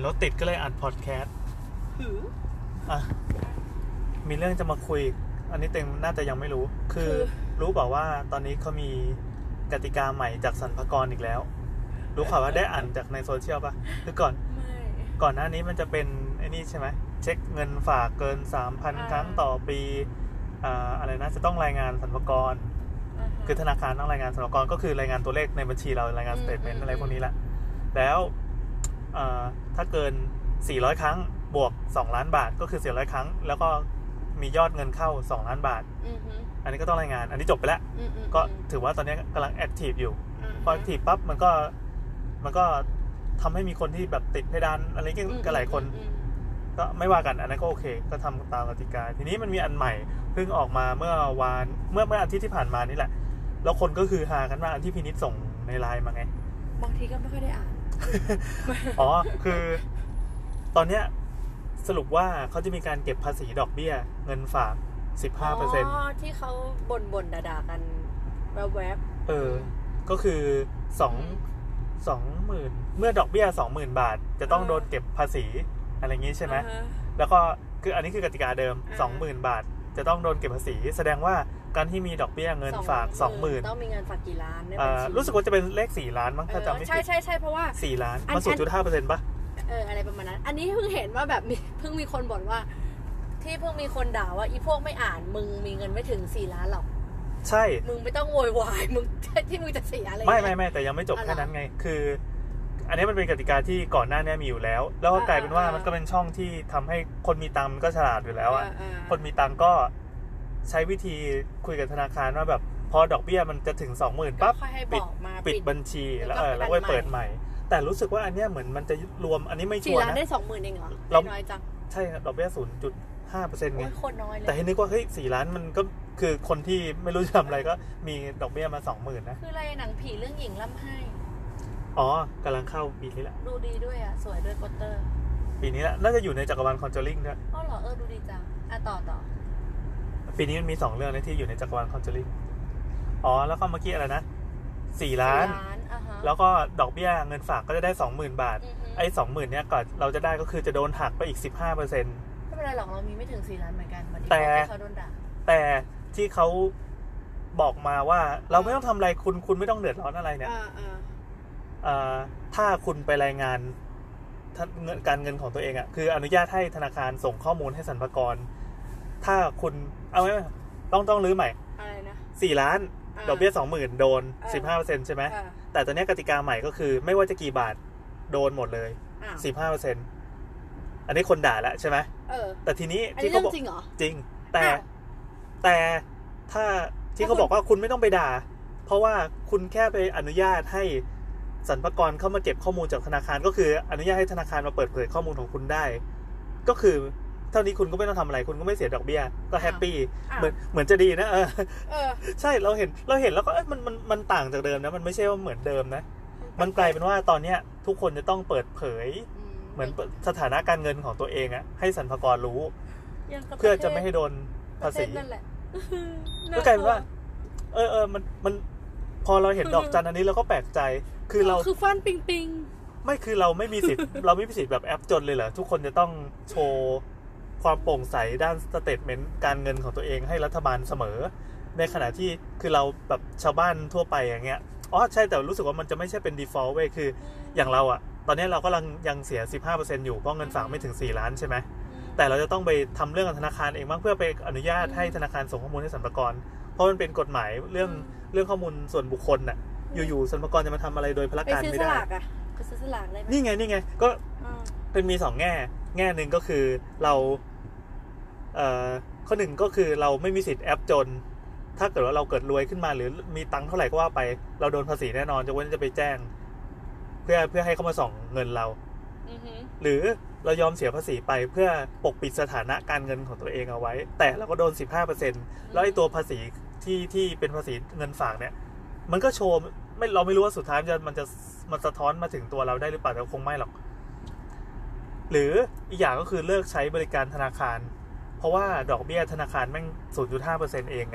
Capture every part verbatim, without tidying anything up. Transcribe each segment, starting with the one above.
รถติดก็เลยอัดพอดแคสต์อ่ะมีเรื่องจะมาคุยอันนี้เต็งน่าจะยังไม่รู้คือรู้บอกว่าตอนนี้เขามีกติกาใหม่จากสรรพากรอีกแล้วรู้ข่าวว่าได้อ่านจากในโซเชียลป่ะคือก่อนก่อนหน้านี้มันจะเป็นไอ้นี่ใช่ไหมเช็คเงินฝากเกิน สามพัน ครั้งต่อปีอ่าอะไรนะจะต้องรายงานสรรพากรคือธนาคารต้องรายงานสรรพากรก็คือรายงานตัวเลขในบัญชีเรารายงานสเตทเมนต์อะไรพวกนี้แหละแล้วถ้าเกินสี่ร้อยครั้งบวกสองล้านบาทก็คือสี่ร้อยครั้งแล้วก็มียอดเงินเข้าสองล้านบาทอันนี้ก็ต้องรายงานอันนี้จบไปแล้วก็ถือว่าตอนนี้กำลังแอคทีฟอยู่พอแอคทีฟปั๊บมันก็มันก็ทำให้มีคนที่แบบติดเพดานอะไรกันหลายคนก็ไม่ว่ากันอันนั้นก็โอเคก็ทำตามกติกาทีนี้มันมีอันใหม่เพิ่งออกมาเมื่อวานเมื่อเมื่ออาทิตย์ที่ผ่านมานี่แหละแล้วคนก็คือหากันว่าอันที่พินิจส่งในไลน์มาไงบางทีก็ไม่ค่อยได้อ่านอ๋อคือตอนเนี้ยสรุปว่าเขาจะมีการเก็บภาษีดอกเบี้ยเงินฝาก สิบห้าเปอร์เซ็นต์อ๋อที่เขาบ่นๆด่าๆกันแวบๆเออก็คือสอง สองหมื่นเมื่อดอกเบี้ย สองหมื่น บาทจะต้องโดนเก็บภาษีอะไรอย่างงี้ใช่ไหมแล้วก็คืออันนี้คือกติกาเดิม สองหมื่น บาทจะต้องโดนเก็บภาษีแสดงว่าการที่มีดอกเบี้ยเงินฝาก สองหมื่นต้องมีเงินฝากกี่ล้านอ่ารู้สึกว่าจะเป็นเลขสี่ล้านมั้งถ้าจำไม่ผิดใช่ๆๆเพราะว่าสี่ล้านมัน ศูนย์จุดห้าเปอร์เซ็นต์ ป่ะเอออะไรประมาณนั้นอันนี้เพิ่งเห็นว่าแบบเพิ่งมีคนบ่นว่าที่เพิ่งมีคนด่าว่าอีพวกไม่อ่านมึงมีเงินไม่ถึงสี่ล้านหรอกใช่มึงไม่ต้องโวยวายมึงที่มึงจะเสียอะไรไม่ไม่ไม่แต่ยังไม่จบแค่นั้นไงคืออันนี้มันเป็นกติกาที่ก่อนหน้านี้มีอยู่แล้วแล้วก็กลายเป็นว่ามันก็เป็นช่องที่ทำให้คนมีตังค์มันก็ฉลาดอยู่แล้วอ่ะคนมีตังค์ก็ใช้วิธีคุยกับธนาคารว่าแบบพอดอกเบี้ยมันจะถึง สองหมื่น ปั๊บปิดปิดบัญชีแล้วเออแล้วก็เปิดใหม่แต่รู้สึกว่าอันเนี้ยเหมือนมันจะรวมอันนี้ไม่ชัวร์นะสี่ล้านได้ สองหมื่น เองเหรอน้อยจังใช่ดอกเบี้ย ศูนย์จุดห้าเปอร์เซ็นต์ ไงโคตรน้อยเลยแต่ให้นึกว่าเฮ้ยสี่ล้านมันก็คือคนที่ไม่รู้จะทำอะไรก็มีดอกเบี้ยมา สองหมื่น นะคืออะไรหนังผีเรื่องหญิงร่ำไห้อ๋อกำลังเข้าปีนี้แหละดูดีด้วยอ่ะสวยด้วยโปสเตอร์ปีนี้แหละน่าจะอยู่ในจักรวาลคอนเจอริงด้วยอ๋อเหรอเออดูดีจังอ่ะต่อต่อปีนี้มันมีสองเรื่องนะที่อยู่ในจักรวาลคอนเจอริงอ๋อแล้วก็เมื่อกี้อะไรนะสี่ล้านแล้วก็ดอกเบี้ยเงินฝากก็จะได้ สองหมื่น บาทไอ้ สองหมื่น เนี้ยก่อนเราจะได้ก็คือจะโดนหักไปอีก สิบห้าเปอร์เซ็นต์ไม่เป็นไรหรอกเรามีไม่ถึงสี่ล้านเหมือนกันแต่แต่ที่เขาบอกมาว่าเราไม่ต้องทำอะไรคุณคุณไม่ต้องเดือดร้อนอะไรเนี่ยถ้าคุณไปรายงานการเงินของตัวเองอ่ะคืออนุญาตให้ธนาคารส่งข้อมูลให้สรรพากรถ้าคุณเอาไว้ต้องต้องรื้อใหม่อะไรนะสี่ล้านดอกเบี้ย สองหมื่น โดน สิบห้าเปอร์เซ็นต์ ใช่ไหมแต่ตอนนี้กติกาใหม่ก็คือไม่ว่าจะกี่บาทโดนหมดเลย สิบห้าเปอร์เซ็นต์ อันนี้คนด่าแล้วใช่ไหมแต่ทีนี้ที่เขาบอกจริงเหรอจริงแต่แต่ถ้าที่เขาบอกว่าคุณไม่ต้องไปด่าเพราะว่าคุณแค่ไปอนุญาตให้สรรพากรเข้ามาเก็บข้อมูลจากธนาคารก็คืออนุญาตให้ธนาคารมาเปิดเผยข้อมูลของคุณได้ก็คือเท่านี้คุณก็ไม่ต้องทำอะไรคุณก็ไม่เสียดอกเบี้ยก็แฮปปี้เหมือนเหมือนจะดีนะเออใช่เราเห็นเราเห็นแล้วก็เออมันมันมันต่างจากเดิมนะมันไม่ใช่ว่าเหมือนเดิมนะมันกลายเป็นว่าตอนเนี้ยทุกคนจะต้องเปิดเผยเหมือนสถานะการเงินของตัวเองอะให้สรรพากรรู้เพื่อจะไม่ให้โดนภาษีก็กลายเป็นว่าเออเออมันมันพอเราเห็นดอกจันอันนี้เราก็แปลกใจคือเราคือฟันปิงปิงไม่คือเราไม่มีสิทธิ์เราไม่มีสิทธิ์แบบแอปจนเลยเหรอทุกคนจะต้องโชว์ความโปร่งใสด้านสเตทเมนต์การเงินของตัวเองให้รัฐบาลเสมอในขณะที่คือเราแบบชาวบ้านทั่วไปอย่างเงี้ยอ๋อใช่แต่รู้สึกว่ามันจะไม่ใช่เป็น default เว้ยคืออย่างเราอะตอนนี้เราก็กำลังยังเสีย สิบห้าเปอร์เซ็นต์ อยู่เพราะเงินฝากไม่ถึงสี่ล้านใช่ไหมแต่เราจะต้องไปทำเรื่องกับธนาคารเองบ้างเพื่อไปอนุญาตให้ธนาคารส่งข้อมูลให้สรรพากรเพราะมันเป็นกฎหมายเรื่องเรื่องข้อมูลส่วนบุคคลน่ะอยู่ๆสรรพากรจะมาทำอะไรโดยพลการไม่ได้ไปซื้อสลากอ่ะไปซื้อสลากได้ไหมนี่ไงนี่ไงก็เป็นมีสองแง่แง่นึงก็คือเราเอ่อข้อหนึ่งก็คือเราไม่มีสิทธิ์แอปจนถ้าเกิดว่าเราเกิดรวยขึ้นมาหรือมีตังค์เท่าไหร่ก็ว่าไปเราโดนภาษีแน่นอนจะว่าจะไปแจ้งเพื่อเพื่อให้เขามาส่องเงินเราหรือเรายอมเสียภาษีไปเพื่อปกปิดสถานะการเงินของตัวเองเอาไว้แต่เราก็โดน สิบห้าเปอร์เซ็นต์ แล้วไอ้ตัวภาษีที่ที่เป็นภาษีเงินฝากเนี่ยมันก็โชว์ไม่เราไม่รู้ว่าสุดท้ายมันจะมันจะมันสะท้อนมาถึงตัวเราได้หรือเปล่าแต่คงไม่หรอกหรืออีกอย่างก็คือเลิกใช้บริการธนาคารเพราะว่าดอกเบี้ยธนาคารแม่ง ศูนย์จุดห้าเปอร์เซ็นต์ เองไง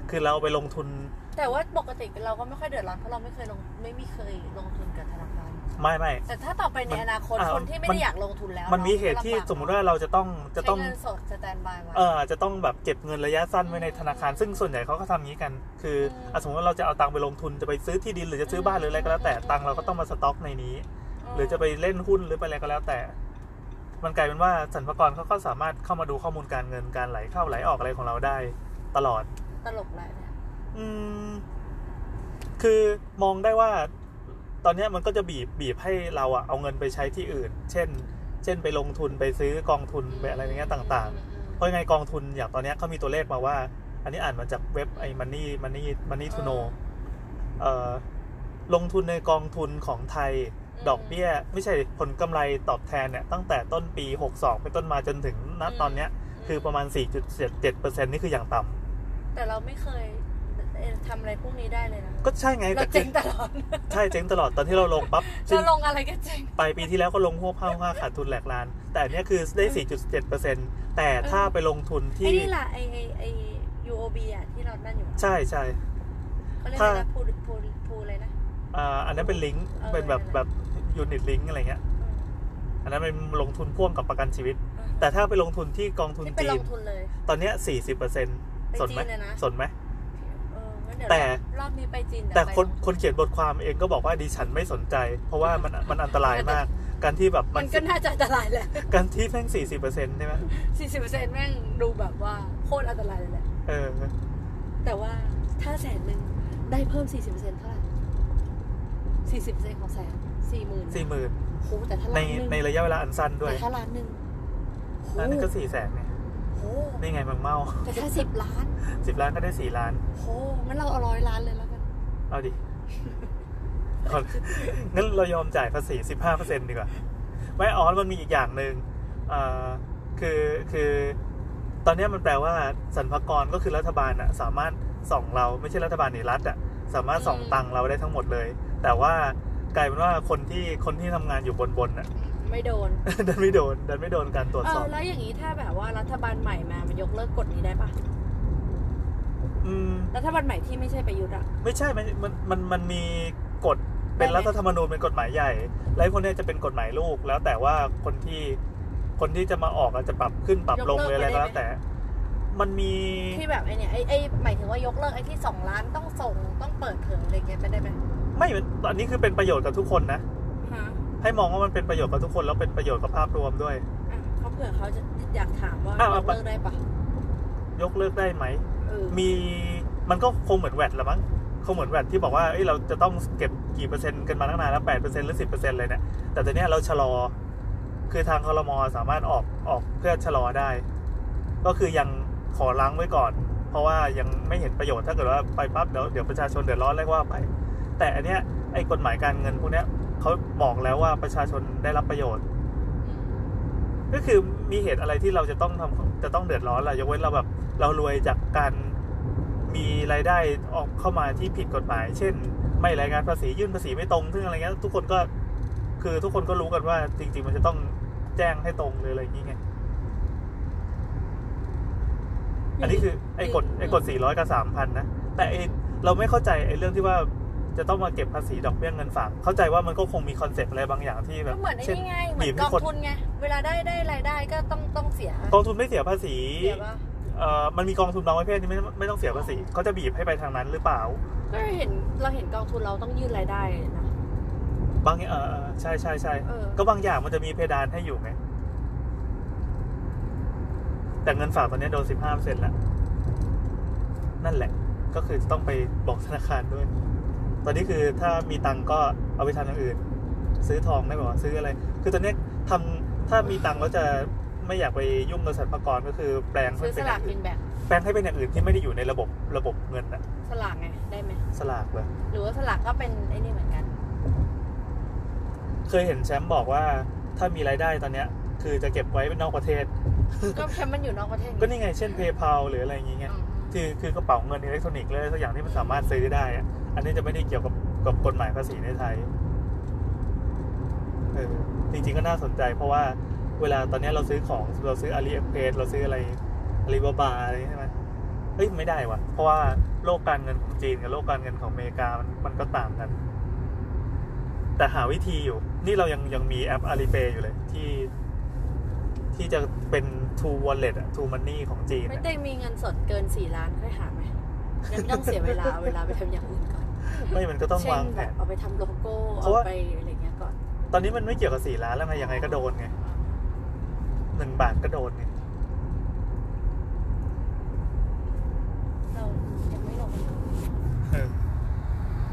คือเราไปลงทุนแต่ว่าปกติเราก็ไม่ค่อยเดือดร้อนเพราะเราไม่เคยลงไม่มีเคยลงทุนกับธนาคารไม่ไม่แต่ถ้าต่อไปในอนาคตคนที่ไม่ได้อยากลงทุนแล้วมันมีเหตุที่สมมุติว่าเราจะต้องจะต้องใช้เงินสดสแตนด์บายไว้เออจะต้องแบบเก็บเงินระยะสั้นไว้ในธนาคารซึ่งส่วนใหญ่เขาก็ทำงี้กันคือสมมติว่าเราจะเอาตังค์ไปลงทุนจะไปซื้อที่ดินหรือจะซื้อบ้านหรืออะไรก็แล้วแต่ตังค์เราก็ต้องมาสต็อกในนี้หรือจะไปเล่นหุ้นหรือไปอะไรก็แล้วแต่มันกลายเป็นว่าสรรพากรเขาก็สามารถเข้ามาดูข้อมูลการเงินการไหลเข้าไหลออกอะไรของเราได้ตลอดตลกเลยเนี่ยอืมคือมองได้ว่าตอนนี้มันก็จะบีบบีบให้เราอะเอาเงินไปใช้ที่อื่นเช่นเช่นไปลงทุนไปซื้อกองทุนไปอะไรอย่างเงี้ยต่างๆเพราะยังไงกองทุนอย่างตอนนี้เขามีตัวเลขมาว่าอันนี้อ่านมาจากเว็บไอ้ Money Money Money to Know เอ่อลงทุนในกองทุนของไทยดอกเบี้ยไม่ใช่ผลกำไรตอบแทนเนี่ยตั้งแต่ต้นปีหกสิบสองเป็นต้นมาจนถึงณตอนเนี้ยคือประมาณ สี่จุดเจ็ดเปอร์เซ็นต์ นี่คืออย่างต่ำแต่เราไม่เคยทำอะไรพวกนี้ได้เลยนะก็ใช่ไงเราเจ๊งตลอดใช่เจ๊งตลอดตอนที่เราลงปั๊บเราลงอะไรก็เจ๊งไปปีที่แล้วก็ลงหัวผ้าผ้าขาดทุนแหลกลานแต่เนี้ยคือได้ สี่จุดเจ็ดเปอร์เซ็นต์ แต่ถ้าไปลงทุนที่ไอ้นี่แหละไอ้ไอ้ไอ้ ยู โอ บี อ่ะที่เรานั่นอยู่ใช่ใช่เขาเรียกอะไรนะพูพูพูอะไรนะอ่าอันนั้นเป็นลิงก์เป็นแบบแบบยูนิตลิงก์อะไรเงี้ยอันนั้นเป็นลงทุนพ่วงกับประกันชีวิตแต่ถ้าไปลงทุนที่กองทุนจีนตอนเนี้ย สี่สิบเปอร์เซ็นต์ สนไหมสนไหมแต่รอบนี้ไปจีนแต่คนคนเขียนบทความเองก็บอกว่าดิฉันไม่สนใจเพราะว่ามันมันอันตรายมากการที่แบบมันก็น่าจะอันตรายแหละการที่แม่ง สี่สิบเปอร์เซ็นต์ ใช่ไหมสี่สิบเปอร์เซ็นต์ แม่งดูแบบว่าโคตรอันตรายเลยแหละเออแต่ว่าถ้าแสนนึงได้เพิ่ม สี่สิบเปอร์เซ็นต์ เท่าไหร่ สี่สิบเปอร์เซ็นต์ ของแสน สี่หมื่นสี่หมื่นโหแต่ถ้าล้านนึงในระยะเวลาอันสั้นด้วยแต่ถ้าล้านนึงล้านนึงก็ สี่แสน เนี่ยโหนี่ไงมังเมาแต่ถ้าสิบล้านสิบล้านก็ได้สี่ล้านโหงั้นเราเอาร้อยล้านเลยแล้วกันเอาดิงั้นเรายอมจ่ายภาษี สิบห้าเปอร์เซ็นต์ ดีกว่าไม่อ๋อมันมีอีกอย่างนึงอ่าคือคือตอนนี้มันแปลว่าสรรพากรก็คือรัฐบาลอ่ะสามารถส่องเราไม่ใช่รัฐบาลนี่รัฐอ่ะสามารถส่องตังเราได้ทั้งหมดเลยแต่ว่ากลายเป็นว่าคนที่คนที่ทำงานอยู่บนบนอ่ะไม่โดนดันไม่โดนดันไม่โดนการตรวจสอบแล้วอย่างนี้ถ้าแบบว่ารัฐบาลใหม่มามันยกเลิกกฎนี้ได้ปะอืมรัฐบาลใหม่ที่ไม่ใช่ประยุทธ์อ่ะไม่ใช่มันมันมันมันมีกฎเป็นรัฐธรรมนูญเป็นกฎหมายใหญ่แล้วคนนี้จะเป็นกฎหมายลูกแล้วแต่ว่าคนที่คนที่จะมาออกอาจจะปรับขึ้นปรับลงเลยอะไรก็แล้วแต่มันมีที่แบบไอ้เนี่ยไอ้ไอ้หมายถึงว่ายกเลิกไอ้ที่สองล้านต้องส่งต้องเปิดเผยอะไรเงี้ยไปได้ไหมไม่ตอนนี้คือเป็นประโยชน์กับทุกคนนะให้มองว่ามันเป็นประโยชน์กับทุกคนแล้วเป็นประโยชน์กับภาพรวมด้วยเขาเผื่อเขาจะอยากถามว่ายกเลิกได้ปะยกเลิกได้ไหมมีมันก็คงเหมือนแวดละมั้งคงเหมือนแวดที่บอกว่าเอ้ยเราจะต้องเก็บกี่เปอร์เซ็นต์กันมาตั้งนานแล้ว แปดเปอร์เซ็นต์ หรือ สิบเปอร์เซ็นต์ เลยเนี่ยแต่ตอนนี้เราชะลอคือทางครม.สามารถออกออกเพื่อชะลอได้ก็คือยังขอล้างไว้ก่อนเพราะว่ายังไม่เห็นประโยชน์ถ้าเกิดว่าไปปั๊บเดี๋ยวเดี๋ยวประชาชนเดือดร้อนเรียกว่าไปแต่อันเนี้ยไอ้กฎหมายการเงินพวกเนี้ยเขาบอกแล้วว่าประชาชนได้รับประโยชน์ก็คือมีเหตุอะไรที่เราจะต้องทำจะต้องเดือดร้อนล่ะยกเว้นเราแบบเรารวยจากการมีรายได้ออกเข้ามาที่ผิดกฎหมายเช่นไม่รายงานภาษียื่นภาษีไม่ตรงซึ่งอะไรเงี้ยทุกคนก็คือทุกคนก็รู้กันว่าจริงๆมันจะต้องแจ้งให้ตรงเลยอะไรอย่างเงี้ยอันนี้คือไอ้กฎไอ้กฎสี่ร้อยกับ สามพัน นะแต่ไอ้เราไม่เข้าใจไอ้เรื่องที่ว่าจะต้องมาเก็บภาษีดอกเบี้ยเงินฝากเข้าใจว่ามันก็คงมีคอนเซ็ปต์อะไรบางอย่างที่แบบเหมือนไอ้นี่ไงเหมือนกองทุนไงเวลาได้ได้รายได้ก็ต้องต้องเสียกองทุนไม่เสียภาษีเอ่อมันมีกองทุนบางประเภทที่ไม่ไม่ต้องเสียภาษีเขาจะบีบให้ไปทางนั้นหรือเปล่าก็เห็นเราเห็นกองทุนเราต้องยื่นรายได้นะบางเออใช่ใช่ใช่ก็บางอย่างมันจะมีเพดานให้อยู่ไงแต่เงินฝากตอนนี้โดน สิบห้าเปอร์เซ็นต์ แล้วนั่นแหละก็คือต้องไปบอกธนาคารด้วยตอนนี้คือถ้ามีตังก็เอาไปทำอย่างอื่นซื้อทองได้ป่าวซื้ออะไรคือตอนนี้ทำถ้ามีตังแล้วจะไม่อยากไปยุ่งกับสรรพากรก็คือแปลงให้เป็นอย่างอื่นแปลงให้เป็นอย่างอื่นที่ไม่ได้อยู่ในระบบระบบเงินอะสลากไงได้ไหมสลากเลยหรือว่าสลากก็เป็นไอ้นี่เหมือนกันเคยเห็นแชมป์บอกว่าถ้ามีรายได้ตอนเนี้ยคือจะเก็บไว้เป็นนอกประเทศก็แชมป์มันอยู่นอกประเทศก็นี่ไงเช่น PayPal หรืออะไรอย่างเงี้ยคือคือกระเป๋าเงินอิเล็กทรอนิกส์เลยสักอย่างที่มันสามารถซื้อได้อะอันนี้จะไม่ได้เกี่ยวกับกับกฎหมายภาษีในไทยเออจริงๆก็น่าสนใจเพราะว่าเวลาตอนนี้เราซื้อของเราซื้อ AliExpress เราซื้ออะไร Alibaba อะไรใช่ไหมเอ้ยไม่ได้ว่ะเพราะว่าโลกการเงินของจีนกับโลกการเงินของอเมริกามันมันก็ต่างกัน แต่หาวิธีอยู่ นี่เรายังยังมีแอป Alipay อยู่เลยที่ ที่จะเป็น True Wallet อะ True Money ของจีนไม่อะเต็งมีเงินสดเกินสี่ล้านค่อยหาไหมงั้นไม่ต้องเสียเวลาเวลาไปทำอย่างอื่นก่อนไม่มันก็ต้องเช่นวางแผแบบนเอาไปทำโลโก้เพเอาราะว่าไปอะไรเงี้ยก่อนตอนนี้มันไม่เกี่ยวกับสี่ล้านแล้วไงยังไงก็โดนไงหนึ่งบาทก็โดนไงเรายังไม่ลงเออ